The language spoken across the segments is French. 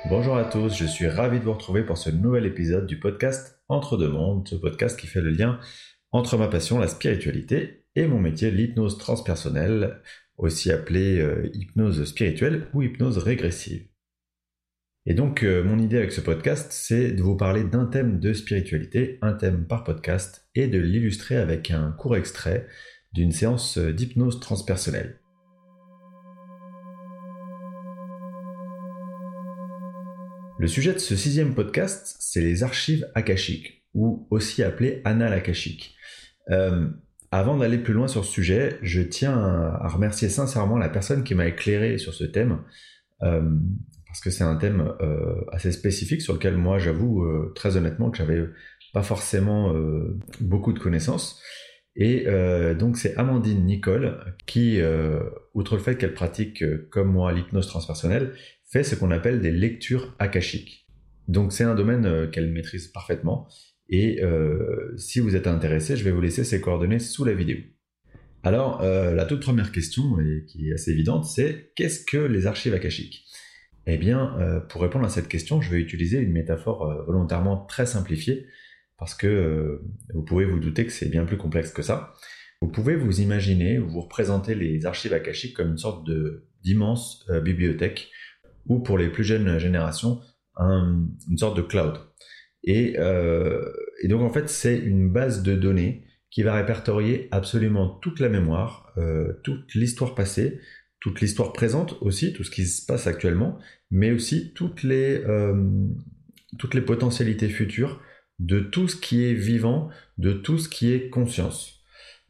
Bonjour à tous, je suis ravi de vous retrouver pour ce nouvel épisode du podcast Entre deux mondes, ce podcast qui fait le lien entre ma passion, la spiritualité, et mon métier, l'hypnose transpersonnelle, aussi appelée hypnose spirituelle ou hypnose régressive. Et donc, mon idée avec ce podcast, c'est de vous parler d'un thème de spiritualité, un thème par podcast, et de l'illustrer avec un court extrait d'une séance d'hypnose transpersonnelle. Le sujet de ce 6e podcast, c'est les archives akashiques, ou aussi appelées annales akashiques. Avant d'aller plus loin sur ce sujet, je tiens à remercier sincèrement la personne qui m'a éclairé sur ce thème, parce que c'est un thème assez spécifique sur lequel moi j'avoue très honnêtement que j'avais pas forcément beaucoup de connaissances. Et donc c'est Amandine Nicole qui, outre le fait qu'elle pratique comme moi l'hypnose transpersonnelle, fait ce qu'on appelle des lectures akashiques. Donc c'est un domaine qu'elle maîtrise parfaitement, et si vous êtes intéressé, je vais vous laisser ses coordonnées sous la vidéo. Alors la toute première question, et qui est assez évidente, c'est qu'est-ce que les archives akashiques ? Eh bien, pour répondre à cette question, je vais utiliser une métaphore volontairement très simplifiée, parce que vous pouvez vous douter que c'est bien plus complexe que ça. Vous pouvez vous imaginer ou vous représenter les archives akashiques comme une sorte d'immense bibliothèque, ou pour les plus jeunes générations, une sorte de cloud. Et donc en fait, c'est une base de données qui va répertorier absolument toute la mémoire, toute l'histoire passée, toute l'histoire présente aussi, tout ce qui se passe actuellement, mais aussi toutes les potentialités futures de tout ce qui est vivant, de tout ce qui est conscience.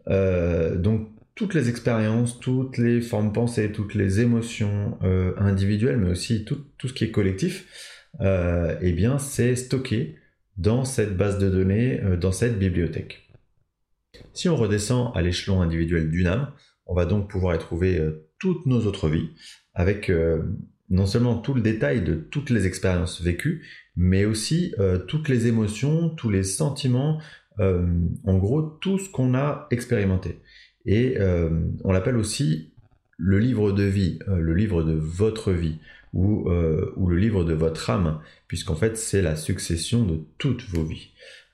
Donc toutes les expériences, toutes les formes pensées, toutes les émotions individuelles, mais aussi tout ce qui est collectif, eh bien c'est stocké dans cette base de données, dans cette bibliothèque. Si on redescend à l'échelon individuel d'une âme, on va donc pouvoir y trouver toutes nos autres vies, avec non seulement tout le détail de toutes les expériences vécues, mais aussi toutes les émotions, tous les sentiments, en gros tout ce qu'on a expérimenté. Et on l'appelle aussi le livre de vie, le livre de votre vie, ou le livre de votre âme, puisqu'en fait c'est la succession de toutes vos vies.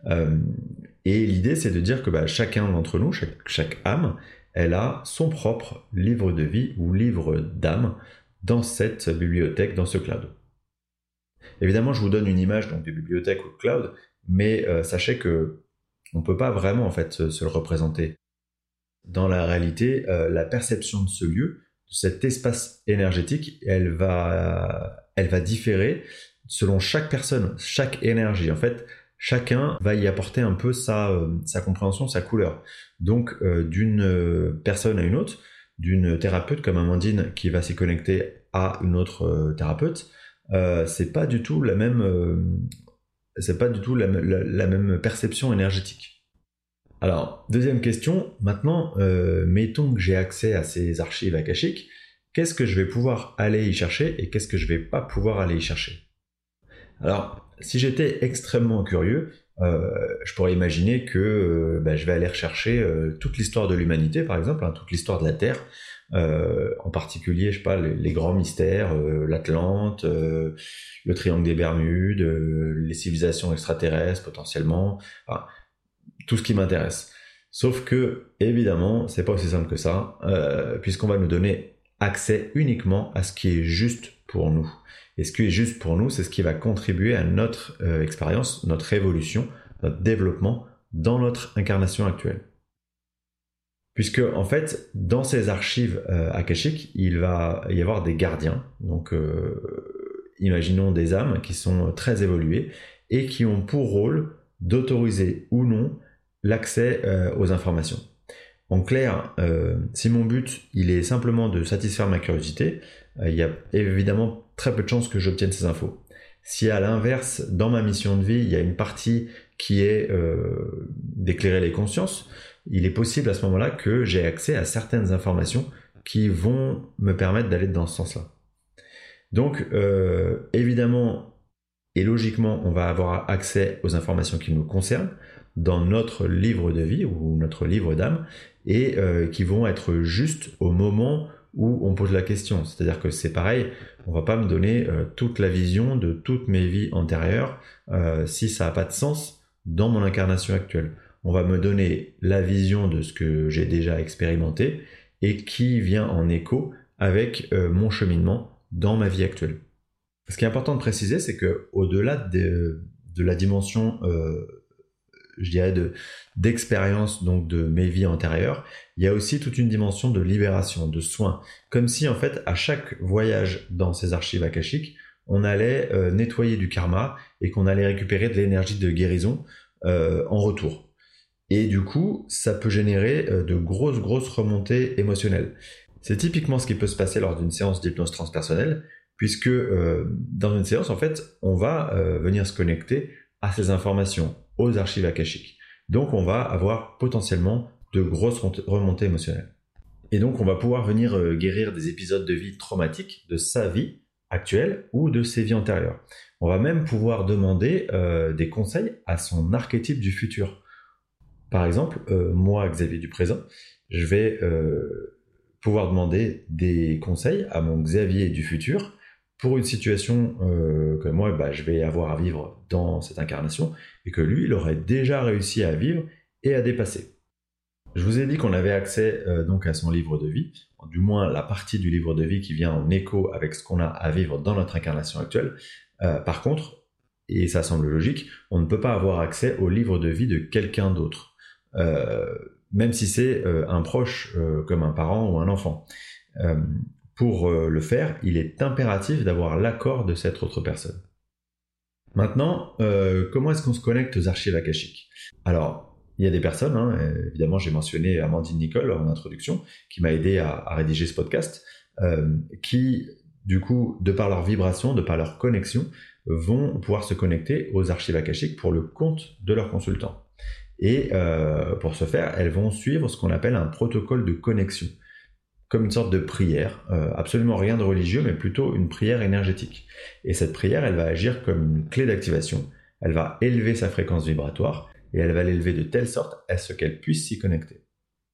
Et l'idée c'est de dire que chacun d'entre nous, chaque âme, elle a son propre livre de vie ou livre d'âme dans cette bibliothèque, dans ce cloud. Évidemment, je vous donne une image donc de bibliothèque ou de cloud, mais sachez que on ne peut pas vraiment en fait se le représenter. Dans la réalité, la perception de ce lieu, de cet espace énergétique, elle va différer selon chaque personne, chaque énergie. En fait, chacun va y apporter un peu sa compréhension, sa couleur. Donc, d'une personne à une autre, d'une thérapeute comme Amandine qui va s'y connecter à une autre thérapeute, c'est pas du tout la même perception énergétique. Alors, deuxième question, maintenant, mettons que j'ai accès à ces archives akashiques, qu'est-ce que je vais pouvoir aller y chercher et qu'est-ce que je vais pas pouvoir aller y chercher ? Alors, si j'étais extrêmement curieux, je pourrais imaginer que je vais aller rechercher toute l'histoire de l'humanité, par exemple, toute l'histoire de la Terre, en particulier, je sais pas, les grands mystères, l'Atlante, le triangle des Bermudes, les civilisations extraterrestres potentiellement, enfin, tout ce qui m'intéresse. Sauf que, évidemment, c'est pas aussi simple que ça, puisqu'on va nous donner accès uniquement à ce qui est juste pour nous. Et ce qui est juste pour nous, c'est ce qui va contribuer à notre expérience, notre évolution, notre développement dans notre incarnation actuelle. Puisque, en fait, dans ces archives akashiques, il va y avoir des gardiens, donc imaginons des âmes qui sont très évoluées et qui ont pour rôle d'autoriser ou non l'accès aux informations. En clair, si mon but il est simplement de satisfaire ma curiosité, il y a évidemment très peu de chances que j'obtienne ces infos. Si à l'inverse, dans ma mission de vie, il y a une partie qui est d'éclairer les consciences, il est possible à ce moment-là que j'ai accès à certaines informations qui vont me permettre d'aller dans ce sens-là. Donc, évidemment et logiquement, on va avoir accès aux informations qui nous concernent dans notre livre de vie ou notre livre d'âme et qui vont être justes au moment où on pose la question. C'est-à-dire que c'est pareil, on va pas me donner toute la vision de toutes mes vies antérieures si ça n'a pas de sens dans mon incarnation actuelle. On va me donner la vision de ce que j'ai déjà expérimenté et qui vient en écho avec mon cheminement dans ma vie actuelle. Ce qui est important de préciser, c'est que au-delà de la dimension, je dirais, d'expérience donc de mes vies antérieures, il y a aussi toute une dimension de libération, de soin. Comme si en fait, à chaque voyage dans ces archives akashiques, on allait nettoyer du karma et qu'on allait récupérer de l'énergie de guérison en retour. Et du coup, ça peut générer de grosses remontées émotionnelles. C'est typiquement ce qui peut se passer lors d'une séance d'hypnose transpersonnelle, puisque dans une séance, en fait, on va venir se connecter à ces informations, aux archives akashiques. Donc, on va avoir potentiellement de grosses remontées émotionnelles. Et donc, on va pouvoir venir guérir des épisodes de vie traumatiques de sa vie actuelle ou de ses vies antérieures. On va même pouvoir demander des conseils à son archétype du futur. Par exemple, moi, Xavier du présent, je vais pouvoir demander des conseils à mon Xavier du futur pour une situation que moi, je vais avoir à vivre dans cette incarnation et que lui, il aurait déjà réussi à vivre et à dépasser. Je vous ai dit qu'on avait accès donc à son livre de vie, du moins la partie du livre de vie qui vient en écho avec ce qu'on a à vivre dans notre incarnation actuelle. Par contre, et ça semble logique, on ne peut pas avoir accès au livre de vie de quelqu'un d'autre. Même si c'est un proche comme un parent ou un enfant. Pour le faire, il est impératif d'avoir l'accord de cette autre personne. Maintenant, comment est-ce qu'on se connecte aux archives akashiques ? Alors, il y a des personnes, évidemment j'ai mentionné Amandine Nicole en introduction, qui m'a aidé à rédiger ce podcast, qui, du coup, de par leur vibration, de par leur connexion, vont pouvoir se connecter aux archives akashiques pour le compte de leur consultant. Et pour ce faire, elles vont suivre ce qu'on appelle un protocole de connexion, comme une sorte de prière, absolument rien de religieux, mais plutôt une prière énergétique. Et cette prière, elle va agir comme une clé d'activation, elle va élever sa fréquence vibratoire, et elle va l'élever de telle sorte à ce qu'elle puisse s'y connecter.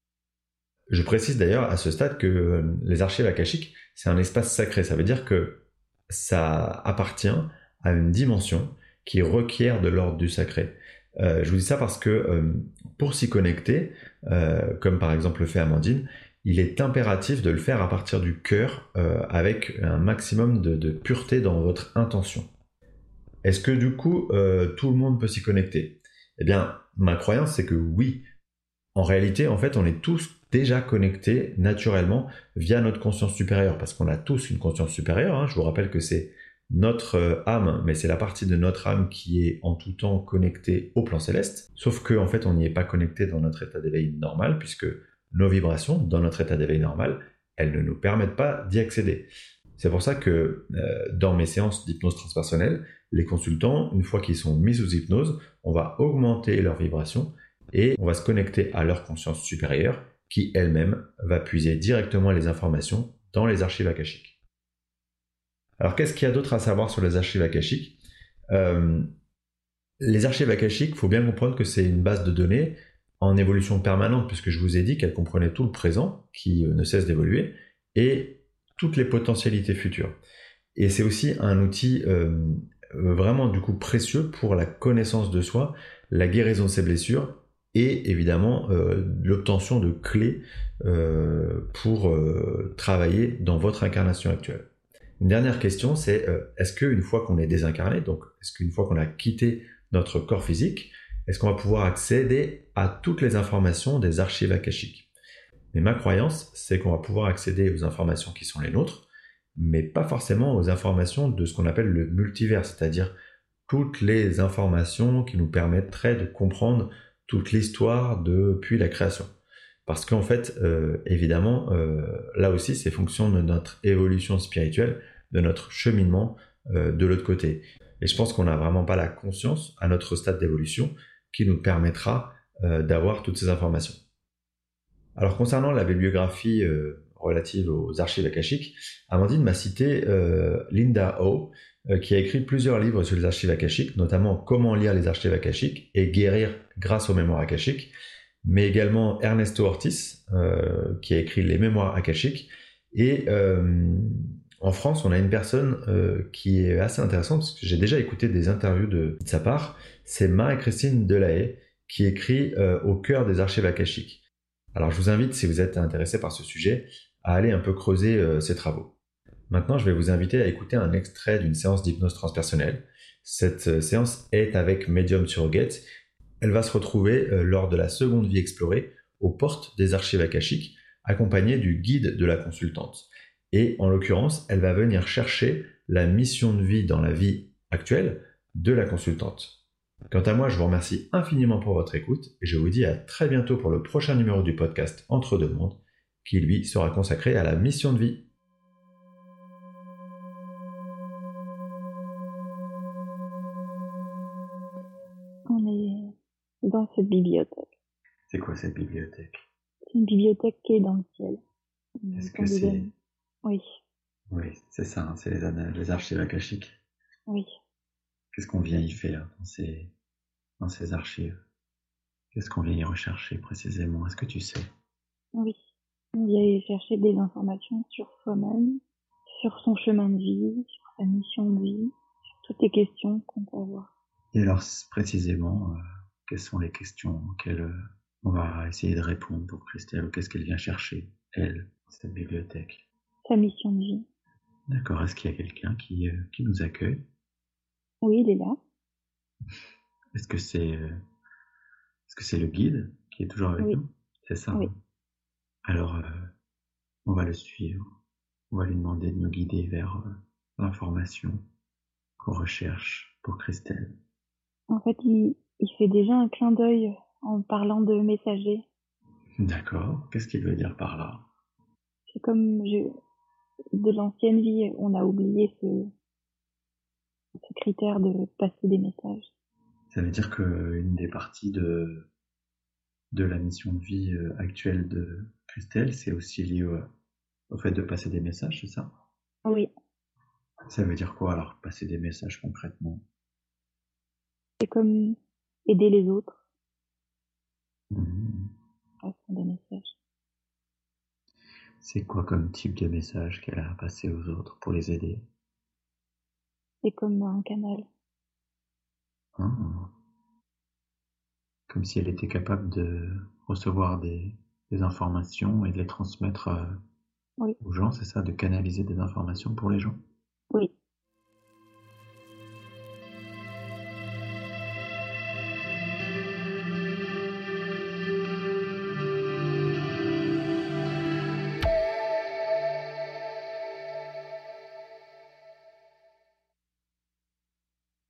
Je précise d'ailleurs à ce stade que les archives akashiques, c'est un espace sacré, ça veut dire que ça appartient à une dimension qui requiert de l'ordre du sacré. Je vous dis ça parce que pour s'y connecter, comme par exemple le fait Amandine, il est impératif de le faire à partir du cœur avec un maximum de pureté dans votre intention. Est-ce que du coup tout le monde peut s'y connecter ? Eh bien, ma croyance c'est que oui. En réalité, en fait, on est tous déjà connectés naturellement via notre conscience supérieure, parce qu'on a tous une conscience supérieure. Je vous rappelle que c'est notre âme, mais c'est la partie de notre âme qui est en tout temps connectée au plan céleste, sauf qu'en fait on n'y est pas connecté dans notre état d'éveil normal, puisque nos vibrations, dans notre état d'éveil normal, elles ne nous permettent pas d'y accéder. C'est pour ça que dans mes séances d'hypnose transpersonnelle, les consultants, une fois qu'ils sont mis sous hypnose, on va augmenter leur vibration et on va se connecter à leur conscience supérieure qui elle-même va puiser directement les informations dans les archives akashiques. Alors, qu'est-ce qu'il y a d'autre à savoir sur les archives akashiques ? Les archives akashiques, il faut bien comprendre que c'est une base de données en évolution permanente, puisque je vous ai dit qu'elle comprenait tout le présent, qui ne cesse d'évoluer, et toutes les potentialités futures. Et c'est aussi un outil vraiment du coup précieux pour la connaissance de soi, la guérison de ses blessures, et évidemment l'obtention de clés pour travailler dans votre incarnation actuelle. Une dernière question, c'est est-ce qu'une fois qu'on est désincarné, donc est-ce qu'une fois qu'on a quitté notre corps physique, est-ce qu'on va pouvoir accéder à toutes les informations des archives akashiques ? Mais ma croyance, c'est qu'on va pouvoir accéder aux informations qui sont les nôtres, mais pas forcément aux informations de ce qu'on appelle le multivers, c'est-à-dire toutes les informations qui nous permettraient de comprendre toute l'histoire depuis la création. Parce qu'en fait, évidemment, là aussi, c'est fonction de notre évolution spirituelle, de notre cheminement de l'autre côté. Et je pense qu'on n'a vraiment pas la conscience, à notre stade d'évolution, qui nous permettra d'avoir toutes ces informations. Alors, concernant la bibliographie relative aux archives akashiques, Amandine m'a cité Linda Ho, qui a écrit plusieurs livres sur les archives akashiques, notamment Comment lire les archives akashiques et guérir grâce aux mémoires akashiques, mais également Ernesto Ortiz, qui a écrit Les mémoires akashiques, Et en France, on a une personne qui est assez intéressante, parce que j'ai déjà écouté des interviews de sa part. C'est Marie-Christine Delahaye, qui écrit Au cœur des archives akashiques. Alors je vous invite, si vous êtes intéressé par ce sujet, à aller un peu creuser ses travaux. Maintenant, je vais vous inviter à écouter un extrait d'une séance d'hypnose transpersonnelle. Cette séance est avec Medium Surrogate. Elle va se retrouver lors de la seconde vie explorée aux portes des archives akashiques, accompagnée du guide de la consultante. Et en l'occurrence, elle va venir chercher la mission de vie dans la vie actuelle de la consultante. Quant à moi, je vous remercie infiniment pour votre écoute et je vous dis à très bientôt pour le prochain numéro du podcast Entre deux mondes, qui lui sera consacré à la mission de vie. On est dans cette bibliothèque. C'est quoi cette bibliothèque? C'est une bibliothèque qui est dans le ciel. Est-ce que c'est... Oui. Oui, c'est ça, hein, c'est les archives akashiques. Oui. Qu'est-ce qu'on vient y faire dans ces archives? Qu'est-ce qu'on vient y rechercher précisément? Est-ce que tu sais? Oui. On vient y chercher des informations sur soi-même, sur son chemin de vie, sur sa mission de vie, sur toutes les questions qu'on peut avoir. Et alors, précisément, quelles sont les questions auxquelles on va essayer de répondre pour Christelle? Qu'est-ce qu'elle vient chercher, elle, dans cette bibliothèque? Sa mission de vie. D'accord. Est-ce qu'il y a quelqu'un qui nous accueille? Oui, il est là. Est-ce que c'est le guide qui est toujours avec nous? C'est ça. Oui. Hein. Alors, on va le suivre. On va lui demander de nous guider vers l'information qu'on recherche pour Christelle. En fait, il fait déjà un clin d'œil en parlant de messager. D'accord. Qu'est-ce qu'il veut dire par là? C'est comme de l'ancienne vie, on a oublié ce critère de passer des messages. Ça veut dire qu'une des parties de la mission de vie actuelle de Christelle, c'est aussi lié au fait de passer des messages, c'est ça? Oui. Ça veut dire quoi alors, passer des messages concrètement? C'est comme aider les autres. Passer des messages. C'est quoi comme type de message qu'elle a à passer aux autres pour les aider? C'est comme un canal. Comme si elle était capable de recevoir des informations et de les transmettre aux gens, c'est ça, de canaliser des informations pour les gens?